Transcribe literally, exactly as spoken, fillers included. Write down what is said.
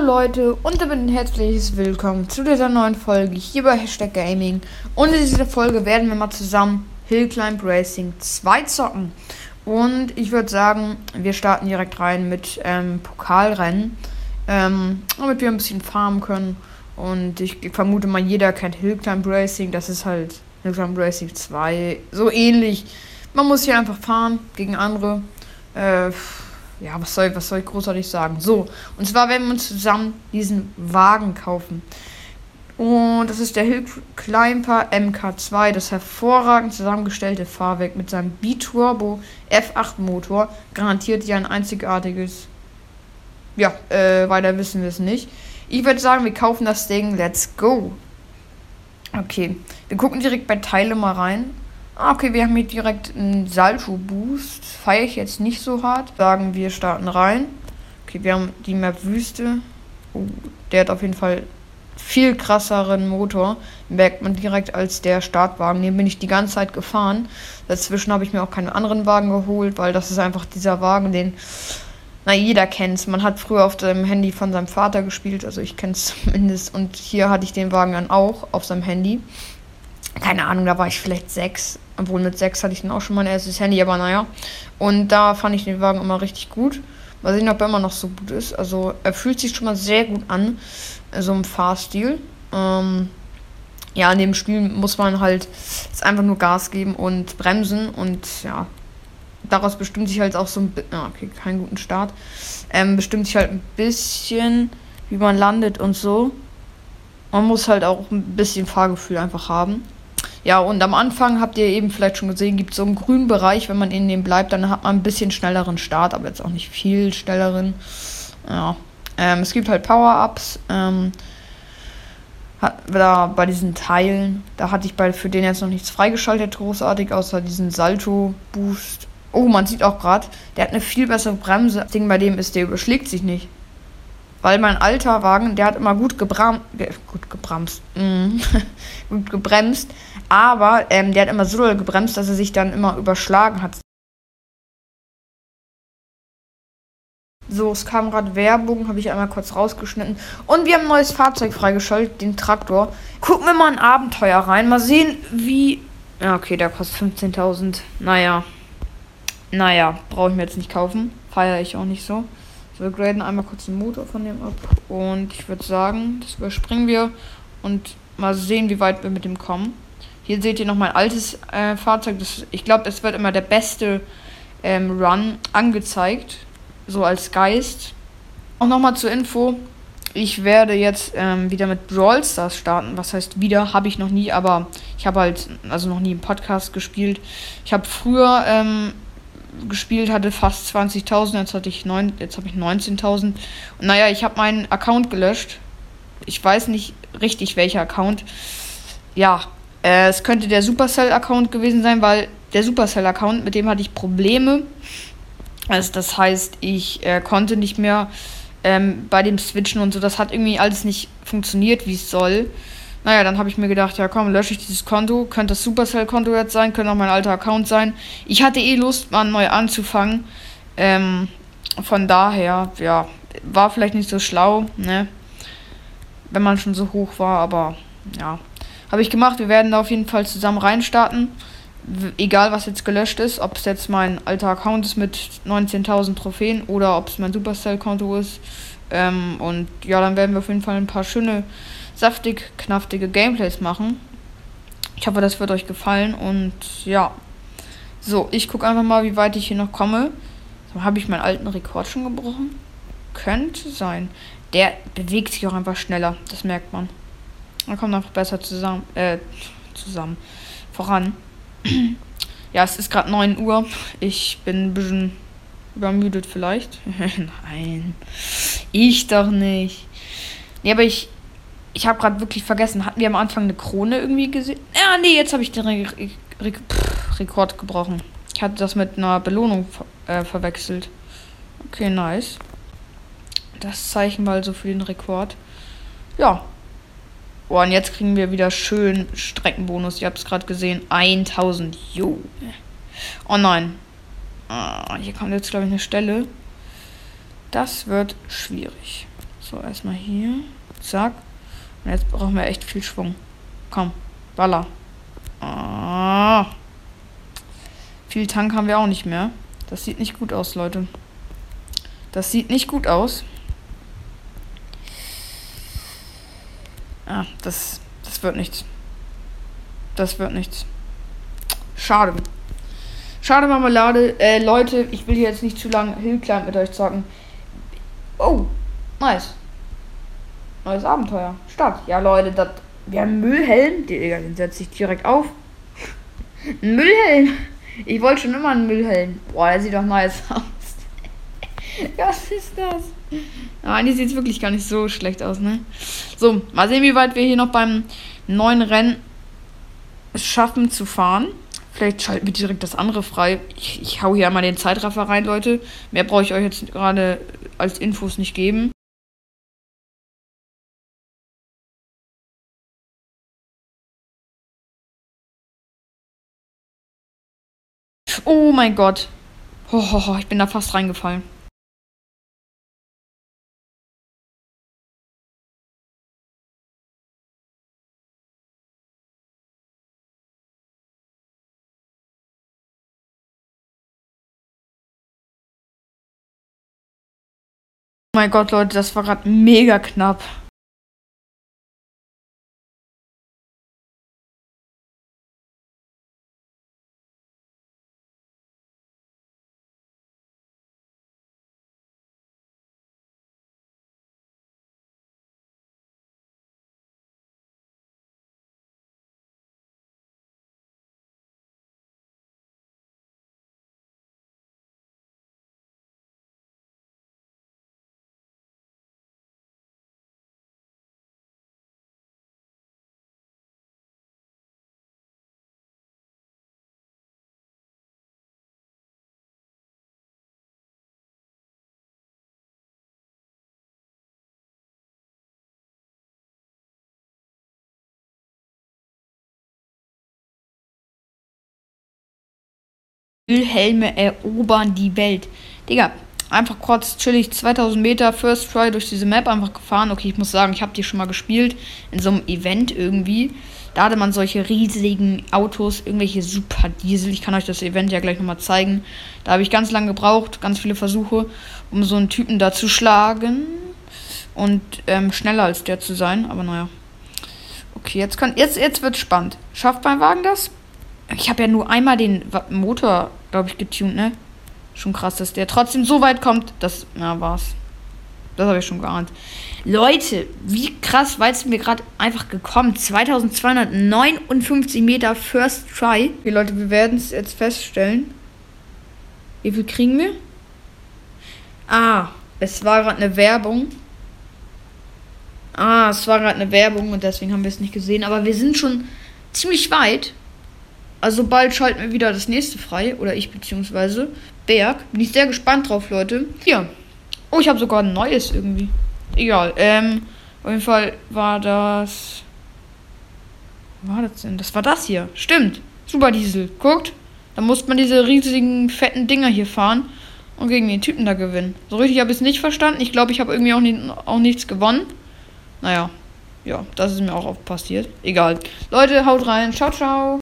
Hallo Leute und damit ein herzliches Willkommen zu dieser neuen Folge hier bei Hashtag Gaming. Und in dieser Folge werden wir mal zusammen Hill Climb Racing zwei zocken. Und ich würde sagen, wir starten direkt rein mit ähm, Pokalrennen, ähm, damit wir ein bisschen farmen können. Und ich vermute mal, jeder kennt Hill Climb Racing, das ist halt Hill Climb Racing zwei, so ähnlich. Man muss hier einfach fahren gegen andere. Äh, Ja, was soll, was soll ich großartig sagen? So, und zwar werden wir uns zusammen diesen Wagen kaufen. Und das ist der Hill Climber M K zwei, das hervorragend zusammengestellte Fahrwerk mit seinem B-Turbo F acht Motor. Garantiert ja ein einzigartiges. Ja, äh, weiter wissen wir es nicht. Ich würde sagen, wir kaufen das Ding. Let's go. Okay, wir gucken direkt bei Teile mal rein. Ah, okay, wir haben hier direkt einen Salto-Boost. Feiere ich jetzt nicht so hart. Sagen wir starten rein. Okay, wir haben die Map Wüste. Oh, der hat auf jeden Fall viel krasseren Motor. Merkt man direkt als der Startwagen. Den bin ich die ganze Zeit gefahren. Dazwischen habe ich mir auch keinen anderen Wagen geholt, weil das ist einfach dieser Wagen, den, na, jeder kennt. Man hat früher auf dem Handy von seinem Vater gespielt. Also ich kenne es zumindest. Und hier hatte ich den Wagen dann auch auf seinem Handy. Keine Ahnung, da war ich vielleicht sechs. Obwohl mit sechs hatte ich dann auch schon mein erstes Handy, aber naja. Und da fand ich den Wagen immer richtig gut. Mal sehen, ob er immer noch so gut ist. Also er fühlt sich schon mal sehr gut an, so im Fahrstil. Ähm, ja, in dem Spiel muss man halt jetzt einfach nur Gas geben und bremsen. Und ja, daraus bestimmt sich halt auch so ein bisschen, ja, okay, keinen guten Start. Ähm, bestimmt sich halt ein bisschen, wie man landet und so. Man muss halt auch ein bisschen Fahrgefühl einfach haben. Ja, und am Anfang, habt ihr eben vielleicht schon gesehen, gibt es so einen grünen Bereich. Wenn man in dem bleibt, dann hat man ein bisschen schnelleren Start, aber jetzt auch nicht viel schnelleren. Ja, ähm, es gibt halt Power-Ups. Ähm, hat, da bei diesen Teilen, da hatte ich bei für den jetzt noch nichts freigeschaltet, großartig, außer diesen Salto-Boost. Oh, man sieht auch gerade, der hat eine viel bessere Bremse. Das Ding bei dem ist, der überschlägt sich nicht. Weil mein alter Wagen, der hat immer gut gebram ge gut gebremst. Mm. gut gebremst. Aber ähm, der hat immer so doll gebremst, dass er sich dann immer überschlagen hat. So, es kam gerade Werbung, habe ich einmal kurz rausgeschnitten. Und wir haben ein neues Fahrzeug freigeschaltet, den Traktor. Gucken wir mal in Abenteuer rein. Mal sehen, wie... Ja, okay, der kostet fünfzehntausend. Naja. Naja, brauche ich mir jetzt nicht kaufen. Feiere ich auch nicht so. So, wir graden einmal kurz den Motor von dem ab. Und ich würde sagen, das überspringen wir. Und mal sehen, wie weit wir mit dem kommen. Hier seht ihr noch mein altes äh, Fahrzeug. Das, ich glaube, es wird immer der beste ähm, Run angezeigt. So als Geist. Auch nochmal zur Info. Ich werde jetzt ähm, wieder mit Brawl Stars starten. Was heißt wieder? Habe ich noch nie. Aber ich habe halt also noch nie im Podcast gespielt. Ich habe früher... Ähm, gespielt, hatte fast zwanzigtausend, jetzt hatte ich neun, jetzt habe ich neunzehntausend. Und naja, ich habe meinen Account gelöscht. Ich weiß nicht richtig, welcher Account. Ja, äh, es könnte der Supercell-Account gewesen sein, weil der Supercell-Account, mit dem hatte ich Probleme. Also das heißt, ich äh, konnte nicht mehr ähm, bei dem Switchen und so, das hat irgendwie alles nicht funktioniert, wie es soll. Naja, dann habe ich mir gedacht, ja komm, lösche ich dieses Konto. Könnte das Supercell-Konto jetzt sein, könnte auch mein alter Account sein. Ich hatte eh Lust, mal neu anzufangen. Ähm, von daher, ja, war vielleicht nicht so schlau, ne? Wenn man schon so hoch war, aber ja. Habe ich gemacht, wir werden da auf jeden Fall zusammen reinstarten. W- egal, was jetzt gelöscht ist, ob es jetzt mein alter Account ist mit neunzehntausend Trophäen oder ob es mein Supercell-Konto ist. Ähm, und ja, dann werden wir auf jeden Fall ein paar schöne... saftig, knaftige Gameplays machen. Ich hoffe, das wird euch gefallen und ja. So, ich gucke einfach mal, wie weit ich hier noch komme. So, habe ich meinen alten Rekord schon gebrochen? Könnte sein. Der bewegt sich auch einfach schneller, das merkt man. Er kommt einfach besser zusammen, äh, zusammen, voran. Ja, es ist gerade neun Uhr. Ich bin ein bisschen übermüdet vielleicht. Nein, ich doch nicht. Ja, aber ich Ich habe gerade wirklich vergessen, hatten wir am Anfang eine Krone irgendwie gesehen? Ja, nee, jetzt habe ich den Re Re Re Pff, Rekord gebrochen. Ich hatte das mit einer Belohnung ver äh, verwechselt. Okay, nice. Das Zeichen war also für den Rekord. Ja. Oh, und jetzt kriegen wir wieder schön Streckenbonus. Ihr habt es gerade gesehen. tausend. Jo. Oh nein. Ah, hier kommt jetzt, glaube ich, eine Stelle. Das wird schwierig. So, erstmal hier. Zack. Und jetzt brauchen wir echt viel Schwung. Komm, baller. Ah. Viel Tank haben wir auch nicht mehr. Das sieht nicht gut aus, Leute. Das sieht nicht gut aus. Ah, das, das wird nichts. Das wird nichts. Schade. Schade, Marmelade. Äh, Leute, ich will hier jetzt nicht zu lange Hillclimb mit euch zocken. Oh, nice. Neues Abenteuer. Start. Ja, Leute, das. Wir haben Müllhelm. Digga, den setze ich direkt auf. Ein Müllhelm. Ich wollte schon immer einen Müllhelm. Boah, der sieht doch nice aus. Was ist das? Ja, eigentlich sieht es wirklich gar nicht so schlecht aus, ne? So, mal sehen, wie weit wir hier noch beim neuen Rennen es schaffen zu fahren. Vielleicht schalten wir direkt das andere frei. Ich, ich hau hier einmal den Zeitraffer rein, Leute. Mehr brauche ich euch jetzt gerade als Infos nicht geben. Oh mein Gott. Ho, ho, ho, ich bin da fast reingefallen. Oh mein Gott, Leute, das war gerade mega knapp. Müllhelme erobern die Welt. Digga, einfach kurz chillig zweitausend Meter First Try durch diese Map einfach gefahren. Okay, ich muss sagen, ich habe die schon mal gespielt in so einem Event irgendwie. Da hatte man solche riesigen Autos, irgendwelche Super Diesel. Ich kann euch das Event ja gleich nochmal zeigen. Da habe ich ganz lange gebraucht, ganz viele Versuche, um so einen Typen da zu schlagen und ähm, schneller als der zu sein. Aber naja. Okay, jetzt kann jetzt jetzt wird's spannend. Schafft mein Wagen das? Ich habe ja nur einmal den Motor, glaube ich, getunt, ne? Schon krass, dass der trotzdem so weit kommt. Das, na, war's. Das habe ich schon geahnt. Leute, wie krass weit sind wir gerade einfach gekommen? zweitausendzweihundertneunundfünfzig Meter First Try. Okay, Leute, wir werden es jetzt feststellen. Wie viel kriegen wir? Ah, es war gerade eine Werbung. Ah, es war gerade eine Werbung und deswegen haben wir es nicht gesehen. Aber wir sind schon ziemlich weit. Also bald schalten wir wieder das nächste frei. Oder ich beziehungsweise Berg. Bin ich sehr gespannt drauf, Leute. Hier. Oh, ich habe sogar ein neues irgendwie. Egal. Ähm, auf jeden Fall war das... Was war das denn? Das war das hier. Stimmt. Super Diesel. Guckt. Da musste man diese riesigen, fetten Dinger hier fahren und gegen den Typen da gewinnen. So richtig habe ich es nicht verstanden. Ich glaube, ich habe irgendwie auch, nie, auch nichts gewonnen. Naja. Ja, das ist mir auch oft passiert. Egal. Leute, haut rein. Ciao, ciao.